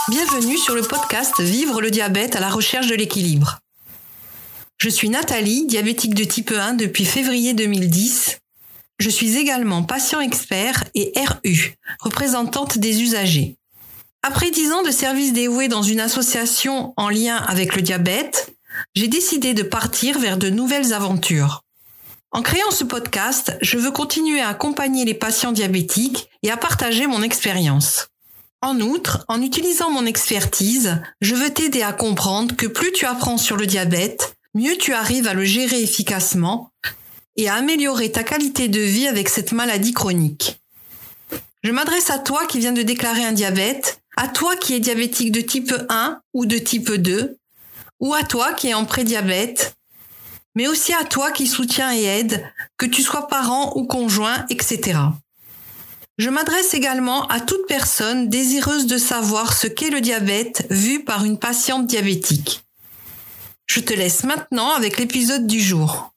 Bienvenue sur le podcast Vivre le diabète à la recherche de l'équilibre. Je suis Nathalie, diabétique de type 1 depuis février 2010. Je suis également patient expert et RU, représentante des usagers. Après 10 ans de service dévoué dans une association en lien avec le diabète, j'ai décidé de partir vers de nouvelles aventures. En créant ce podcast, je veux continuer à accompagner les patients diabétiques et à partager mon expérience. En outre, en utilisant mon expertise, je veux t'aider à comprendre que plus tu apprends sur le diabète, mieux tu arrives à le gérer efficacement et à améliorer ta qualité de vie avec cette maladie chronique. Je m'adresse à toi qui viens de déclarer un diabète, à toi qui es diabétique de type 1 ou de type 2, ou à toi qui es en prédiabète, mais aussi à toi qui soutiens et aide, que tu sois parent ou conjoint, etc. Je m'adresse également à toute personne désireuse de savoir ce qu'est le diabète vu par une patiente diabétique. Je te laisse maintenant avec l'épisode du jour.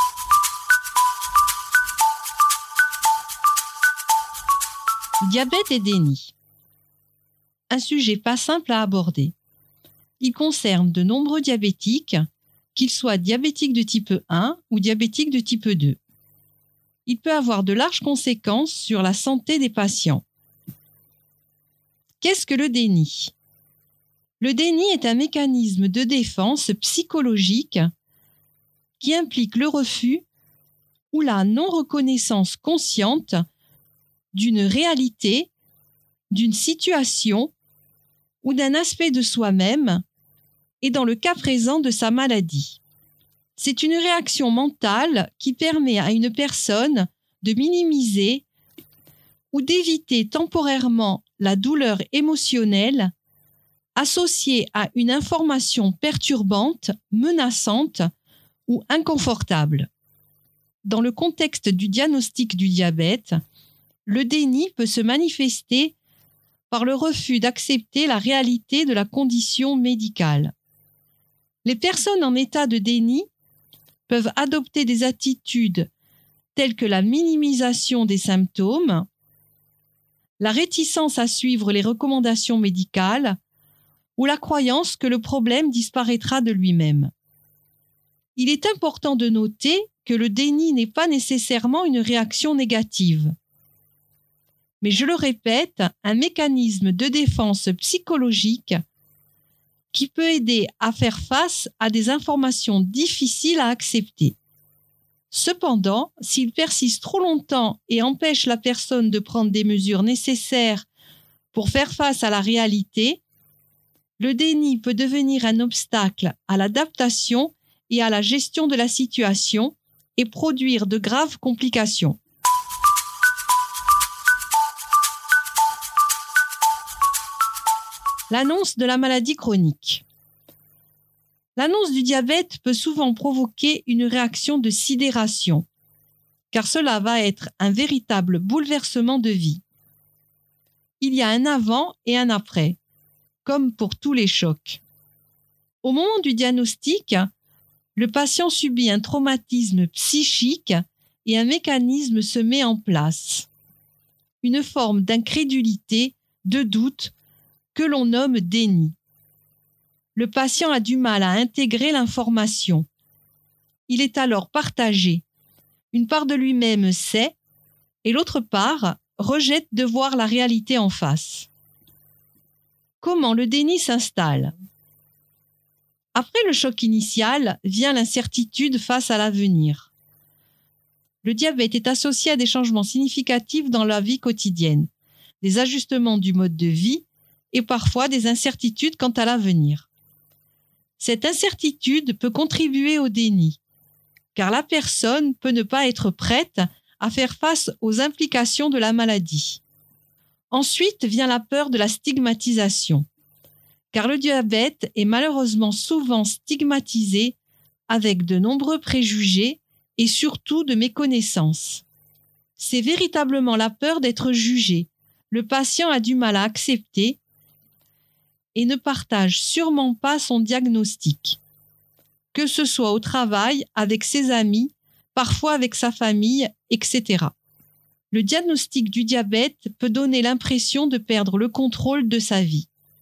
Diabète et déni. Un sujet pas simple à aborder. Il concerne de nombreux diabétiques, qu'ils soient diabétiques de type 1 ou diabétiques de type 2. Il peut avoir de larges conséquences sur la santé des patients. Qu'est-ce que le déni ? Le déni est un mécanisme de défense psychologique qui implique le refus ou la non-reconnaissance consciente d'une réalité, d'une situation ou d'un aspect de soi-même et dans le cas présent de sa maladie. C'est une réaction mentale qui permet à une personne de minimiser ou d'éviter temporairement la douleur émotionnelle associée à une information perturbante, menaçante ou inconfortable. Dans le contexte du diagnostic du diabète, le déni peut se manifester par le refus d'accepter la réalité de la condition médicale. Les personnes en état de déni peuvent adopter des attitudes telles que la minimisation des symptômes, la réticence à suivre les recommandations médicales ou la croyance que le problème disparaîtra de lui-même. Il est important de noter que le déni n'est pas nécessairement une réaction négative. Mais je le répète, un mécanisme de défense psychologique qui peut aider à faire face à des informations difficiles à accepter. Cependant, s'il persiste trop longtemps et empêche la personne de prendre des mesures nécessaires pour faire face à la réalité, le déni peut devenir un obstacle à l'adaptation et à la gestion de la situation et produire de graves complications. L'annonce de la maladie chronique. L'annonce du diabète peut souvent provoquer une réaction de sidération, car cela va être un véritable bouleversement de vie. Il y a un avant et un après, comme pour tous les chocs. Au moment du diagnostic, le patient subit un traumatisme psychique et un mécanisme se met en place. Une forme d'incrédulité, de doute, que l'on nomme déni. Le patient a du mal à intégrer l'information. Il est alors partagé. Une part de lui-même sait, et l'autre part rejette de voir la réalité en face. Comment le déni s'installe ? Après le choc initial, vient l'incertitude face à l'avenir. Le diabète est associé à des changements significatifs dans la vie quotidienne, des ajustements du mode de vie, et parfois des incertitudes quant à l'avenir. Cette incertitude peut contribuer au déni, car la personne peut ne pas être prête à faire face aux implications de la maladie. Ensuite vient la peur de la stigmatisation, car le diabète est malheureusement souvent stigmatisé avec de nombreux préjugés et surtout de méconnaissance. C'est véritablement la peur d'être jugé. Le patient a du mal à accepter et ne partage sûrement pas son diagnostic. Que ce soit au travail, avec ses amis, parfois avec sa famille, etc. Le diagnostic du diabète peut donner l'impression de perdre le contrôle de sa vie.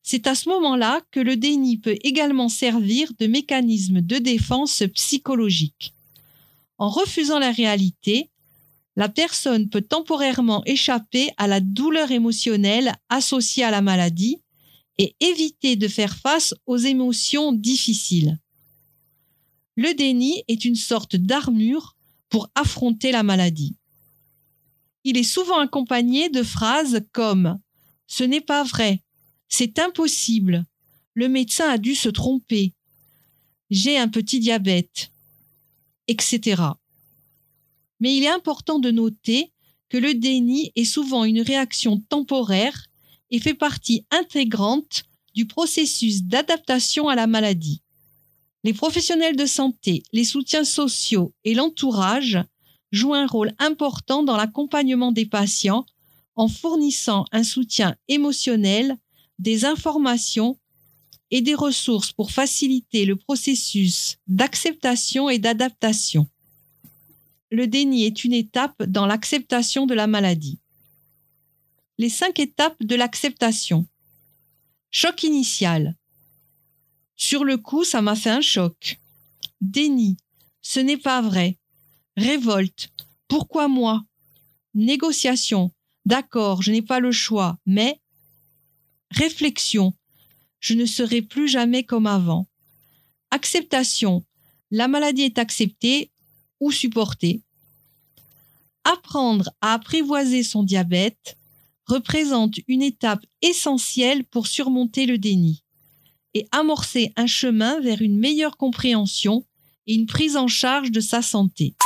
C'est à ce moment-là que le déni peut également servir de mécanisme de défense psychologique. En refusant la réalité, la personne peut temporairement échapper à la douleur émotionnelle associée à la maladie et éviter de faire face aux émotions difficiles. Le déni est une sorte d'armure pour affronter la maladie. Il est souvent accompagné de phrases comme « Ce n'est pas vrai »,« C'est impossible »,« Le médecin a dû se tromper »,« J'ai un petit diabète », etc. Mais il est important de noter que le déni est souvent une réaction temporaire et fait partie intégrante du processus d'adaptation à la maladie. Les professionnels de santé, les soutiens sociaux et l'entourage jouent un rôle important dans l'accompagnement des patients en fournissant un soutien émotionnel, des informations et des ressources pour faciliter le processus d'acceptation et d'adaptation. Le déni est une étape dans l'acceptation de la maladie. Les 5 étapes de l'acceptation. Choc initial. Sur le coup, ça m'a fait un choc. Déni. Ce n'est pas vrai. Révolte. Pourquoi moi? Négociation. D'accord, je n'ai pas le choix, mais... Réflexion. Je ne serai plus jamais comme avant. Acceptation. La maladie est acceptée ou supportée. Apprendre à apprivoiser son diabète représente une étape essentielle pour surmonter le déni et amorcer un chemin vers une meilleure compréhension et une prise en charge de sa santé.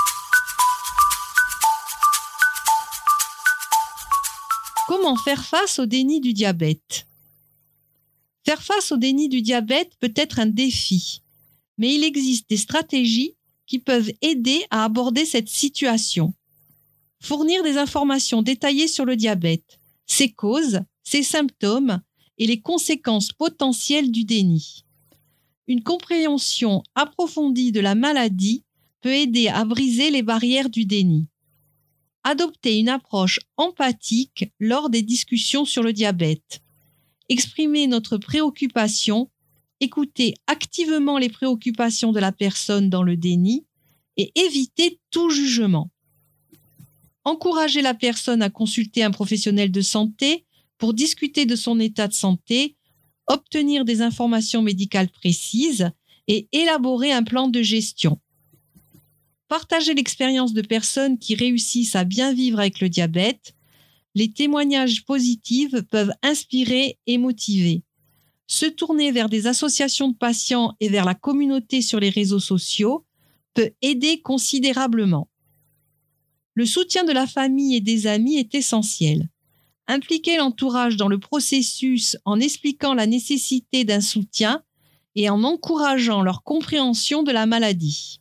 Comment faire face au déni du diabète? Faire face au déni du diabète peut être un défi, mais il existe des stratégies qui peuvent aider à aborder cette situation. Fournir des informations détaillées sur le diabète, ses causes, ses symptômes et les conséquences potentielles du déni. Une compréhension approfondie de la maladie peut aider à briser les barrières du déni. Adopter une approche empathique lors des discussions sur le diabète. Exprimer notre préoccupation, écouter activement les préoccupations de la personne dans le déni et éviter tout jugement. Encourager la personne à consulter un professionnel de santé pour discuter de son état de santé, obtenir des informations médicales précises et élaborer un plan de gestion. Partager l'expérience de personnes qui réussissent à bien vivre avec le diabète. Les témoignages positifs peuvent inspirer et motiver. Se tourner vers des associations de patients et vers la communauté sur les réseaux sociaux peut aider considérablement. Le soutien de la famille et des amis est essentiel. Impliquer l'entourage dans le processus en expliquant la nécessité d'un soutien et en encourageant leur compréhension de la maladie.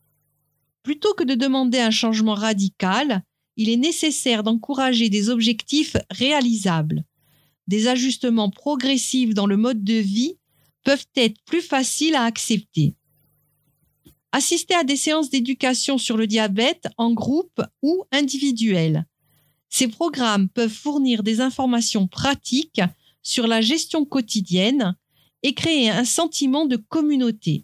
Plutôt que de demander un changement radical, il est nécessaire d'encourager des objectifs réalisables. Des ajustements progressifs dans le mode de vie peuvent être plus faciles à accepter. Assister à des séances d'éducation sur le diabète en groupe ou individuel. Ces programmes peuvent fournir des informations pratiques sur la gestion quotidienne et créer un sentiment de communauté.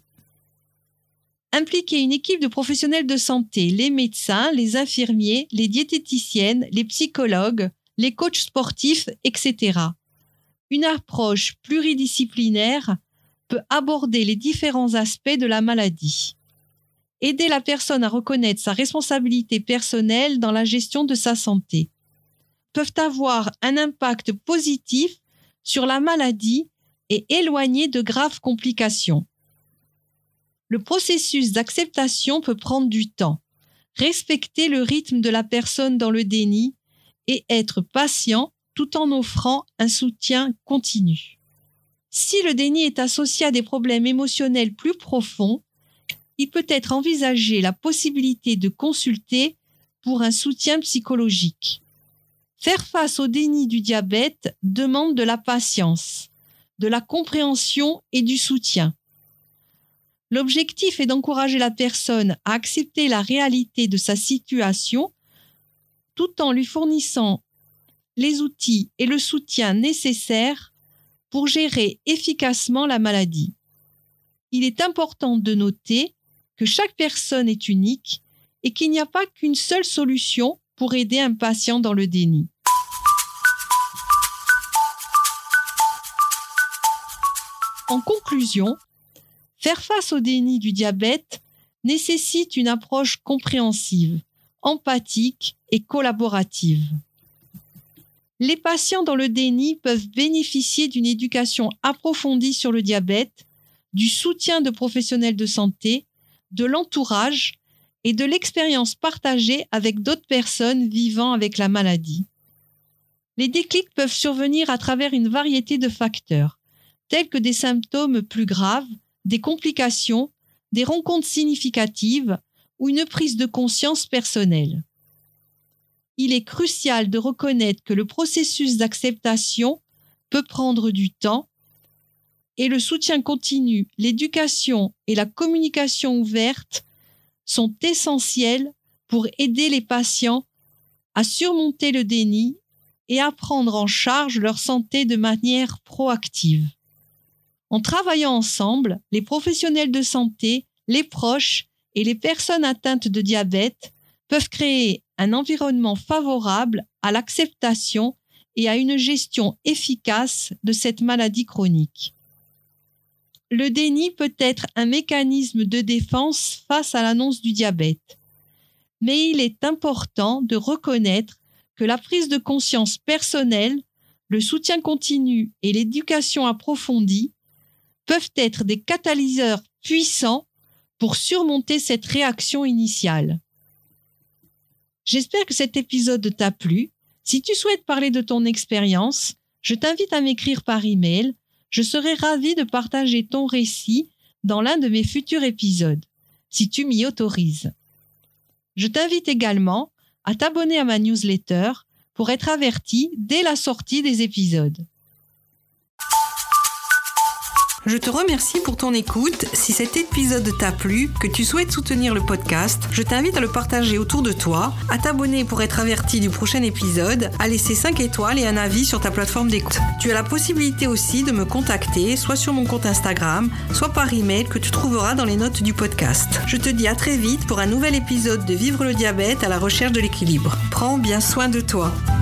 Impliquer une équipe de professionnels de santé, les médecins, les infirmiers, les diététiciennes, les psychologues, les coachs sportifs, etc. Une approche pluridisciplinaire peut aborder les différents aspects de la maladie. Aider la personne à reconnaître sa responsabilité personnelle dans la gestion de sa santé. Peuvent avoir un impact positif sur la maladie et éloigner de graves complications. Le processus d'acceptation peut prendre du temps. Respecter le rythme de la personne dans le déni et être patient tout en offrant un soutien continu. Si le déni est associé à des problèmes émotionnels plus profonds, il peut être envisagé la possibilité de consulter pour un soutien psychologique. Faire face au déni du diabète demande de la patience, de la compréhension et du soutien. L'objectif est d'encourager la personne à accepter la réalité de sa situation tout en lui fournissant les outils et le soutien nécessaires pour gérer efficacement la maladie. Il est important de noter que chaque personne est unique et qu'il n'y a pas qu'une seule solution pour aider un patient dans le déni. En conclusion, faire face au déni du diabète nécessite une approche compréhensive, empathique et collaborative. Les patients dans le déni peuvent bénéficier d'une éducation approfondie sur le diabète, du soutien de professionnels de santé, de l'entourage et de l'expérience partagée avec d'autres personnes vivant avec la maladie. Les déclics peuvent survenir à travers une variété de facteurs, tels que des symptômes plus graves, des complications, des rencontres significatives ou une prise de conscience personnelle. Il est crucial de reconnaître que le processus d'acceptation peut prendre du temps et le soutien continu, l'éducation et la communication ouverte sont essentiels pour aider les patients à surmonter le déni et à prendre en charge leur santé de manière proactive. En travaillant ensemble, les professionnels de santé, les proches et les personnes atteintes de diabète peuvent créer un environnement favorable à l'acceptation et à une gestion efficace de cette maladie chronique. Le déni peut être un mécanisme de défense face à l'annonce du diabète, mais il est important de reconnaître que la prise de conscience personnelle, le soutien continu et l'éducation approfondie peuvent être des catalyseurs puissants pour surmonter cette réaction initiale. J'espère que cet épisode t'a plu. Si tu souhaites parler de ton expérience, je t'invite à m'écrire par email. Je serai ravie de partager ton récit dans l'un de mes futurs épisodes, si tu m'y autorises. Je t'invite également à t'abonner à ma newsletter pour être averti dès la sortie des épisodes. Je te remercie pour ton écoute. Si cet épisode t'a plu, que tu souhaites soutenir le podcast, je t'invite à le partager autour de toi, à t'abonner pour être averti du prochain épisode, à laisser 5 étoiles et un avis sur ta plateforme d'écoute. Tu as la possibilité aussi de me contacter, soit sur mon compte Instagram, soit par email que tu trouveras dans les notes du podcast. Je te dis à très vite pour un nouvel épisode de Vivre le diabète à la recherche de l'équilibre. Prends bien soin de toi.